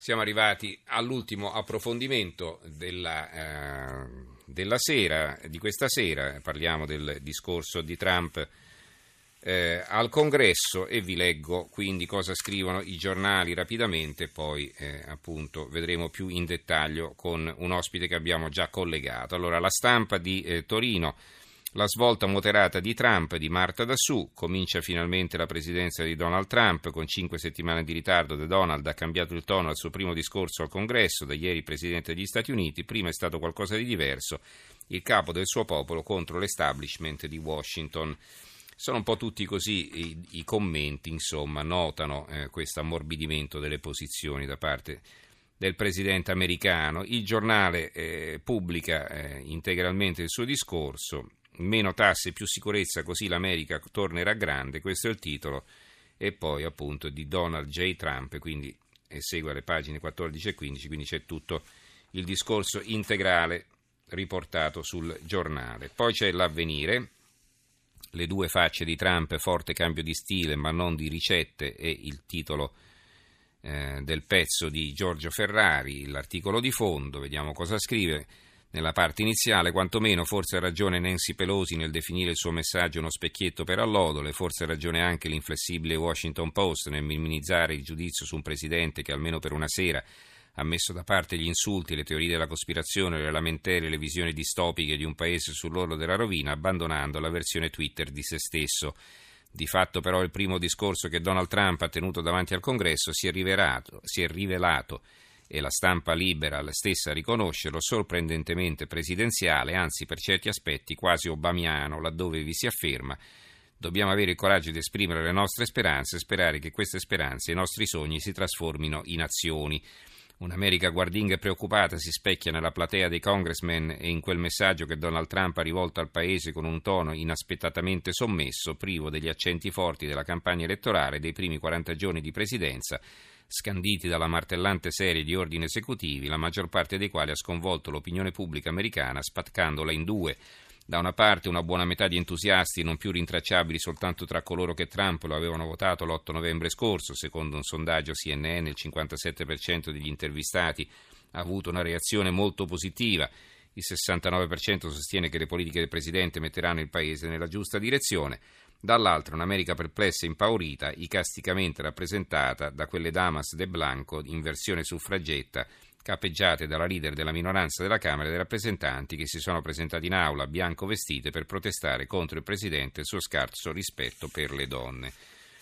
Siamo arrivati all'ultimo approfondimento della sera, di questa sera. Parliamo del discorso di Trump al Congresso e vi leggo quindi cosa scrivono i giornali rapidamente, poi appunto vedremo più in dettaglio con un ospite che abbiamo già collegato. Allora, La Stampa di Torino. La svolta moderata di Trump, di Marta Dassù, comincia finalmente la presidenza di Donald Trump. Con 5 settimane di ritardo The Donald ha cambiato il tono al suo primo discorso al Congresso. Da ieri presidente degli Stati Uniti, prima è stato qualcosa di diverso, il capo del suo popolo contro l'establishment di Washington. Sono un po' tutti così i commenti, insomma, notano questo ammorbidimento delle posizioni da parte del presidente americano. Il giornale pubblica integralmente il suo discorso. Meno tasse, più sicurezza, così l'America tornerà grande, questo è il titolo, e poi appunto di Donald J. Trump, quindi segue le pagine 14 e 15, quindi c'è tutto il discorso integrale riportato sul giornale. Poi c'è l'Avvenire, le due facce di Trump, forte cambio di stile ma non di ricette, è il titolo del pezzo di Giorgio Ferrari, l'articolo di fondo, vediamo cosa scrive. Nella parte iniziale, quantomeno, forse ha ragione Nancy Pelosi nel definire il suo messaggio uno specchietto per allodole, forse ha ragione anche l'inflessibile Washington Post nel minimizzare il giudizio su un presidente che almeno per una sera ha messo da parte gli insulti, le teorie della cospirazione, le lamentele, le visioni distopiche di un paese sull'orlo della rovina, abbandonando la versione Twitter di se stesso. Di fatto però il primo discorso che Donald Trump ha tenuto davanti al Congresso si è rivelato e la stampa libera stessa riconoscerlo, sorprendentemente presidenziale, anzi per certi aspetti quasi obamiano, laddove vi si afferma: dobbiamo avere il coraggio di esprimere le nostre speranze e sperare che queste speranze e i nostri sogni si trasformino in azioni. Un'America guardinga e preoccupata si specchia nella platea dei congressmen e in quel messaggio che Donald Trump ha rivolto al paese con un tono inaspettatamente sommesso, privo degli accenti forti della campagna elettorale dei primi 40 giorni di presidenza, scanditi dalla martellante serie di ordini esecutivi, la maggior parte dei quali ha sconvolto l'opinione pubblica americana, spaccandola in due. Da una parte una buona metà di entusiasti, non più rintracciabili soltanto tra coloro che Trump lo avevano votato l'8 novembre scorso, secondo un sondaggio CNN il 57% degli intervistati ha avuto una reazione molto positiva, il 69% sostiene che le politiche del Presidente metteranno il Paese nella giusta direzione. Dall'altra un'America perplessa e impaurita, icasticamente rappresentata da quelle damas de blanco in versione suffragetta, capeggiate dalla leader della minoranza della Camera dei rappresentanti, che si sono presentati in aula bianco vestite per protestare contro il Presidente e il suo scarso rispetto per le donne.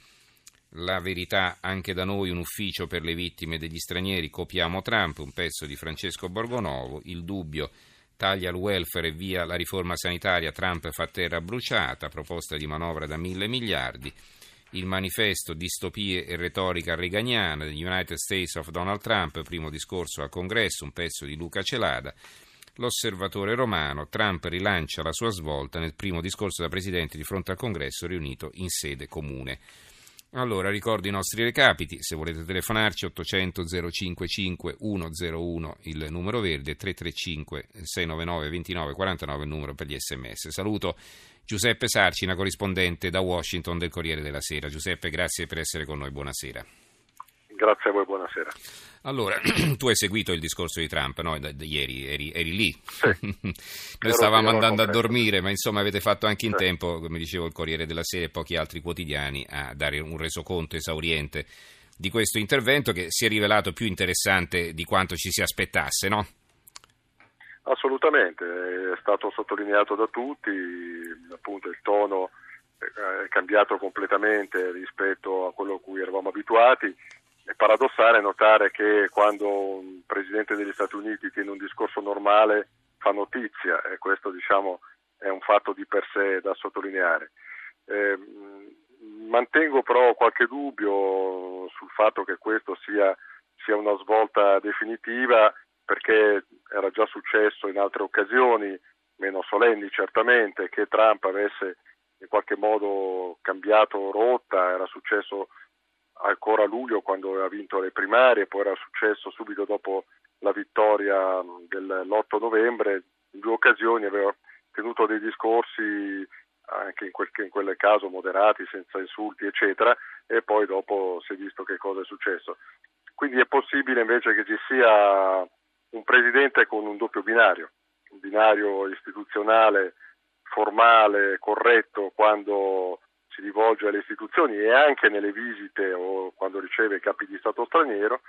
La Verità, anche da noi un ufficio per le vittime degli stranieri, copiamo Trump, un pezzo di Francesco Borgonovo. Il Dubbio, taglia il welfare e via la riforma sanitaria, Trump fa terra bruciata, proposta di manovra da 1.000 miliardi. Il Manifesto, distopie e retorica reganiana, The United States of Donald Trump, primo discorso al Congresso, un pezzo di Luca Celada. L'Osservatore Romano, Trump rilancia la sua svolta nel primo discorso da Presidente di fronte al Congresso riunito in sede comune. Allora, ricordo i nostri recapiti, se volete telefonarci 800 055 101 il numero verde, 335 699 2949 il numero per gli sms. Saluto Giuseppe Sarcina, corrispondente da Washington del Corriere della Sera. Giuseppe, grazie per essere con noi, buonasera. Grazie a voi, buonasera. Allora, tu hai seguito il discorso di Trump, no? Ieri eri lì. Sì. Noi stavamo andando a dormire, ma insomma avete fatto anche in tempo, come dicevo, il Corriere della Sera e pochi altri quotidiani a dare un resoconto esauriente di questo intervento che si è rivelato più interessante di quanto ci si aspettasse, no? Assolutamente, è stato sottolineato da tutti, appunto il tono è cambiato completamente rispetto a quello a cui eravamo abituati. È paradossale notare che quando un Presidente degli Stati Uniti tiene un discorso normale fa notizia, e questo diciamo è un fatto di per sé da sottolineare. Mantengo però qualche dubbio sul fatto che questo sia una svolta definitiva, perché era già successo in altre occasioni, meno solenni certamente, che Trump avesse in qualche modo cambiato rotta. Era successo ancora a luglio quando aveva vinto le primarie, poi era successo subito dopo la vittoria dell'8 novembre, in due occasioni aveva tenuto dei discorsi anche in quel caso moderati, senza insulti eccetera, e poi dopo si è visto che cosa è successo. quindi è possibile invece che ci sia un presidente con un doppio binario, un binario istituzionale, formale, corretto quando si rivolge alle istituzioni e anche nelle visite o quando riceve capi di Stato stranieri,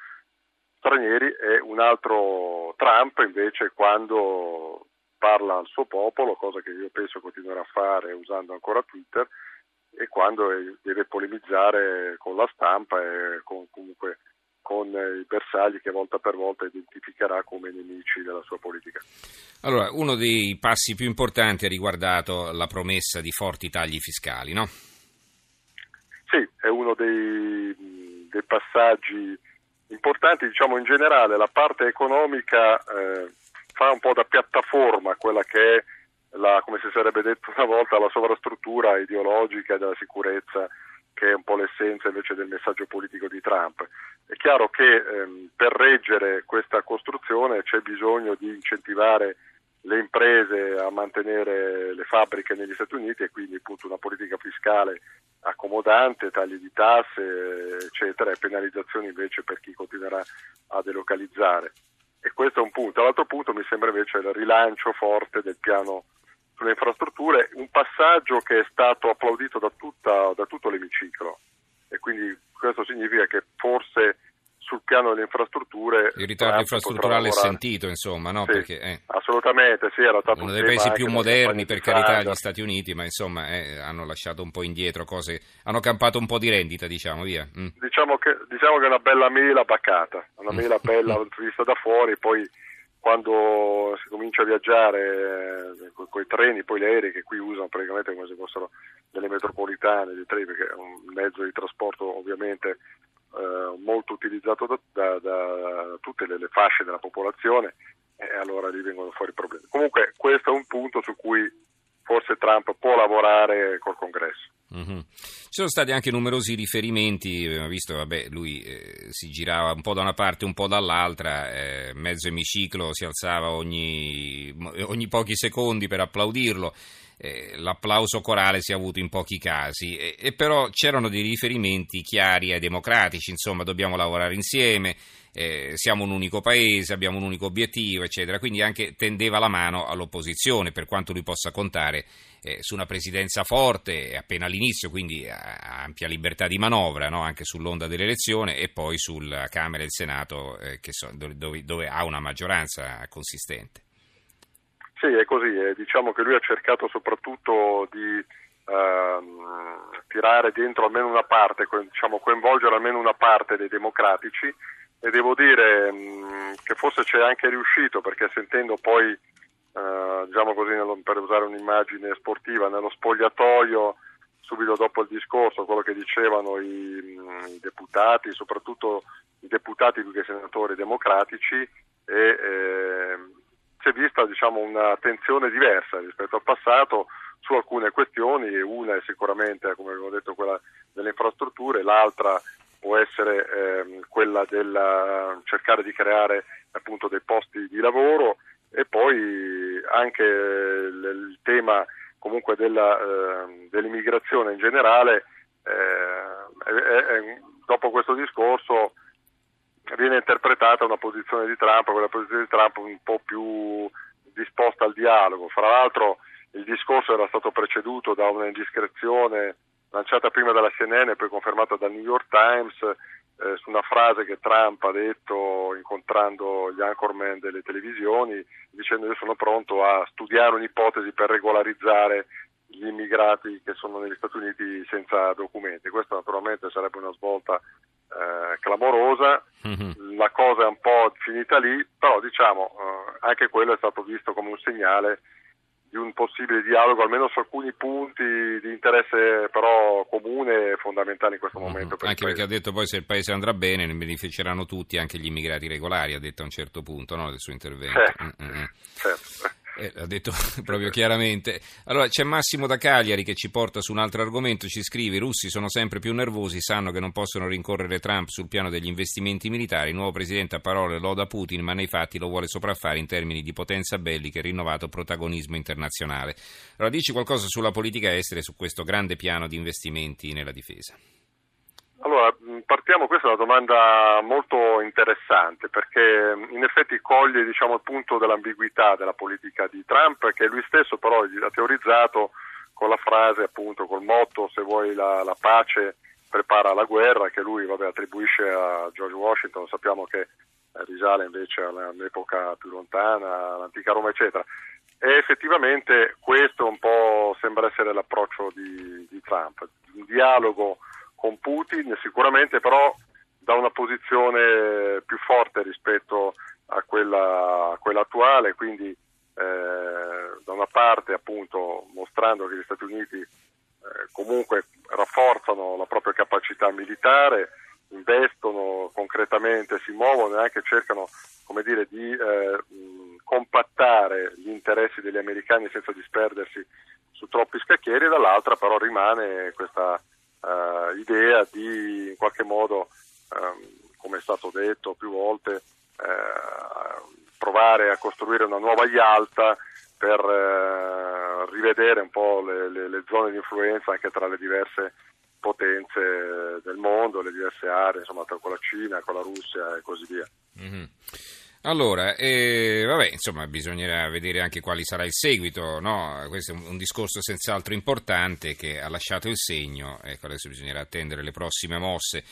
e un altro Trump invece quando parla al suo popolo, cosa che io penso continuerà a fare usando ancora Twitter, e quando deve polemizzare con la stampa e comunque con i bersagli che volta per volta identificherà come nemici della sua politica. Allora, uno dei passi più importanti ha riguardato la promessa di forti tagli fiscali, no? Sì, è uno dei passaggi importanti, diciamo in generale la parte economica fa un po' da piattaforma quella che è come si sarebbe detto una volta, la sovrastruttura ideologica della sicurezza, che è un po' l'essenza invece del messaggio politico di Trump. È chiaro che per reggere questa costruzione c'è bisogno di incentivare le imprese a mantenere le fabbriche negli Stati Uniti e quindi appunto una politica fiscale accomodante, tagli di tasse, eccetera, e penalizzazioni invece per chi continuerà a delocalizzare. E questo è un punto. L'altro punto mi sembra invece il rilancio forte del piano sulle infrastrutture, un passaggio che è stato applaudito da tutto l'emiciclo, e quindi questo significa che forse sul piano delle infrastrutture il ritardo infrastrutturale è sentito, insomma, no? Sì, perché assolutamente sì, era stato uno dei paesi più moderni, per carità, gli Stati Uniti, ma insomma hanno lasciato un po' indietro cose, hanno campato un po' di rendita, diciamo, via. Diciamo che è una bella mela baccata, una mela bella vista da fuori, poi quando si comincia a viaggiare con i treni, poi gli aerei che qui usano praticamente come se fossero delle metropolitane, dei treni, perché è un mezzo di trasporto ovviamente molto utilizzato da tutte le fasce della popolazione, e allora lì vengono fuori problemi. Comunque questo è un punto su cui forse Trump può lavorare col Congresso. Mm-hmm. Ci sono stati anche numerosi riferimenti, visto che lui si girava un po' da una parte un po' dall'altra, mezzo emiciclo si alzava ogni pochi secondi per applaudirlo, l'applauso corale si è avuto in pochi casi, e però c'erano dei riferimenti chiari ai democratici, insomma dobbiamo lavorare insieme, siamo un unico paese, abbiamo un unico obiettivo, eccetera, quindi anche tendeva la mano all'opposizione per quanto lui possa contare su una presidenza forte appena all'inizio, quindi ampia libertà di manovra, no? Anche sull'onda dell'elezione, e poi sulla Camera e il Senato dove ha una maggioranza consistente. Sì, è così, diciamo che lui ha cercato soprattutto di tirare dentro almeno una parte, diciamo coinvolgere almeno una parte dei democratici, e devo dire che forse c'è anche riuscito, perché sentendo poi diciamo così, per usare un'immagine sportiva, nello spogliatoio subito dopo il discorso, quello che dicevano i deputati, soprattutto i deputati più che senatori democratici, e si è vista diciamo una tensione diversa rispetto al passato su alcune questioni, e una è sicuramente, come avevo detto, quella delle infrastrutture, l'altra può essere quella del cercare di creare appunto dei posti di lavoro, e poi anche il tema comunque dell'immigrazione in generale. Dopo questo discorso viene interpretata una posizione di Trump, quella posizione di Trump un po' più disposta al dialogo. Fra l'altro il discorso era stato preceduto da una indiscrezione lanciata prima dalla CNN e poi confermata dal New York Times su una frase che Trump ha detto incontrando gli anchorman delle televisioni, dicendo: io sono pronto a studiare un'ipotesi per regolarizzare gli immigrati che sono negli Stati Uniti senza documenti. Questo naturalmente sarebbe una svolta clamorosa. Mm-hmm. La cosa è un po' finita lì, però diciamo anche quello è stato visto come un segnale di un possibile dialogo, almeno su alcuni punti di interesse però comune e fondamentali in questo momento. Anche perché ha detto poi se il paese andrà bene ne beneficeranno tutti, anche gli immigrati regolari, ha detto a un certo punto, no, del suo intervento. Certo. L'ha detto proprio chiaramente. Allora c'è Massimo da Cagliari che ci porta su un altro argomento, ci scrive: i russi sono sempre più nervosi, sanno che non possono rincorrere Trump sul piano degli investimenti militari, il nuovo presidente a parole loda Putin ma nei fatti lo vuole sopraffare in termini di potenza bellica e rinnovato protagonismo internazionale. Allora dici qualcosa sulla politica estera e su questo grande piano di investimenti nella difesa. Allora, partiamo, questa è una domanda molto interessante perché in effetti coglie il punto dell'ambiguità della politica di Trump, che lui stesso però ha teorizzato con la frase, appunto, col motto "se vuoi la pace prepara la guerra", che lui attribuisce a George Washington. Sappiamo che risale invece all'epoca più lontana, all'antica Roma, eccetera. E effettivamente questo un po' sembra essere l'approccio di Trump, un dialogo con Putin sicuramente, però da una posizione più forte rispetto a quella attuale, quindi da una parte appunto mostrando che gli Stati Uniti comunque rafforzano la propria capacità militare, investono concretamente, si muovono e anche cercano, di compattare gli interessi degli americani senza disperdersi su troppi scacchieri, e dall'altra però rimane questa idea di in qualche modo, come è stato detto più volte, provare a costruire una nuova Yalta per rivedere un po' le zone di influenza anche tra le diverse potenze del mondo, le diverse aree, insomma, con la Cina, con la Russia e così via. Mm-hmm. Allora, insomma, bisognerà vedere anche quali sarà il seguito, no? Questo è un discorso senz'altro importante che ha lasciato il segno, ecco, adesso bisognerà attendere le prossime mosse.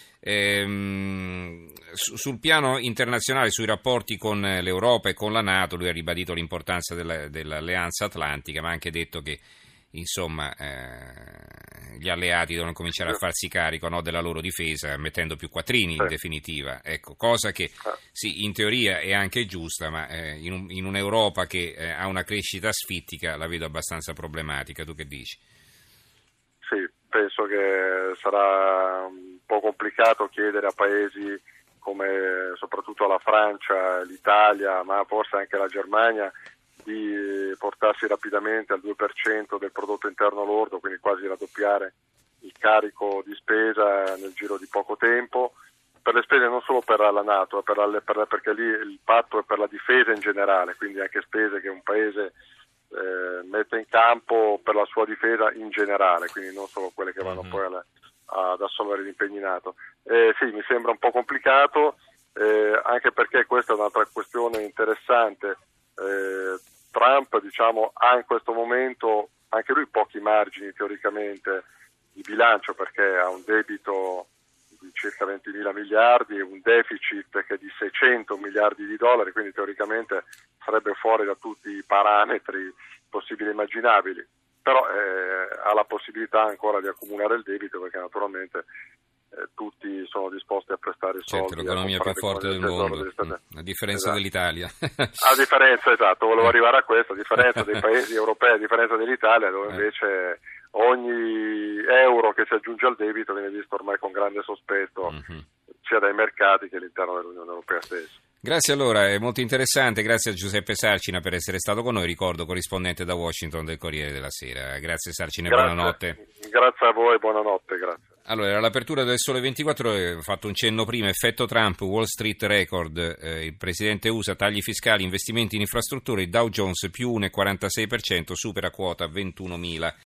Sul piano internazionale, sui rapporti con l'Europa e con la NATO, lui ha ribadito l'importanza dell'alleanza atlantica, ma ha anche detto che insomma gli alleati devono cominciare a farsi carico, no, della loro difesa, mettendo più quattrini in definitiva, ecco, cosa che sì, in teoria è anche giusta, ma in un'Europa che ha una crescita asfittica la vedo abbastanza problematica. Tu che dici? Sì, penso che sarà un po' complicato chiedere a paesi come soprattutto la Francia, l'Italia, ma forse anche la Germania, di portarsi rapidamente al 2% del prodotto interno lordo, quindi quasi raddoppiare il carico di spesa nel giro di poco tempo, per le spese non solo per la NATO, perché lì il patto è per la difesa in generale, quindi anche spese che un paese mette in campo per la sua difesa in generale, quindi non solo quelle che vanno poi ad assolvere impegni NATO. Sì, mi sembra un po' complicato, anche perché questa è un'altra questione interessante. Trump, ha in questo momento anche lui pochi margini teoricamente di bilancio, perché ha un debito di circa 20.000 miliardi e un deficit che è di 600 miliardi di dollari, quindi teoricamente sarebbe fuori da tutti i parametri possibili e immaginabili, però ha la possibilità ancora di accumulare il debito, perché naturalmente tutti sono disposti a prestare soldi. Certo, l'economia più forte del mondo, a differenza dell'Italia. A differenza, volevo arrivare a questo, a differenza dei paesi europei, a differenza dell'Italia, dove invece ogni euro che si aggiunge al debito viene visto ormai con grande sospetto, sia dai mercati che all'interno dell'Unione Europea stessa. Grazie, allora, è molto interessante, grazie a Giuseppe Sarcina per essere stato con noi, ricordo corrispondente da Washington del Corriere della Sera. Grazie Sarcina, buonanotte. Grazie a voi, buonanotte, grazie. Allora, era l'apertura del Sole 24 Ore, ho fatto un cenno prima, effetto Trump, Wall Street record, il presidente USA, tagli fiscali, investimenti in infrastrutture, il Dow Jones più 1,46%, supera quota 21.000.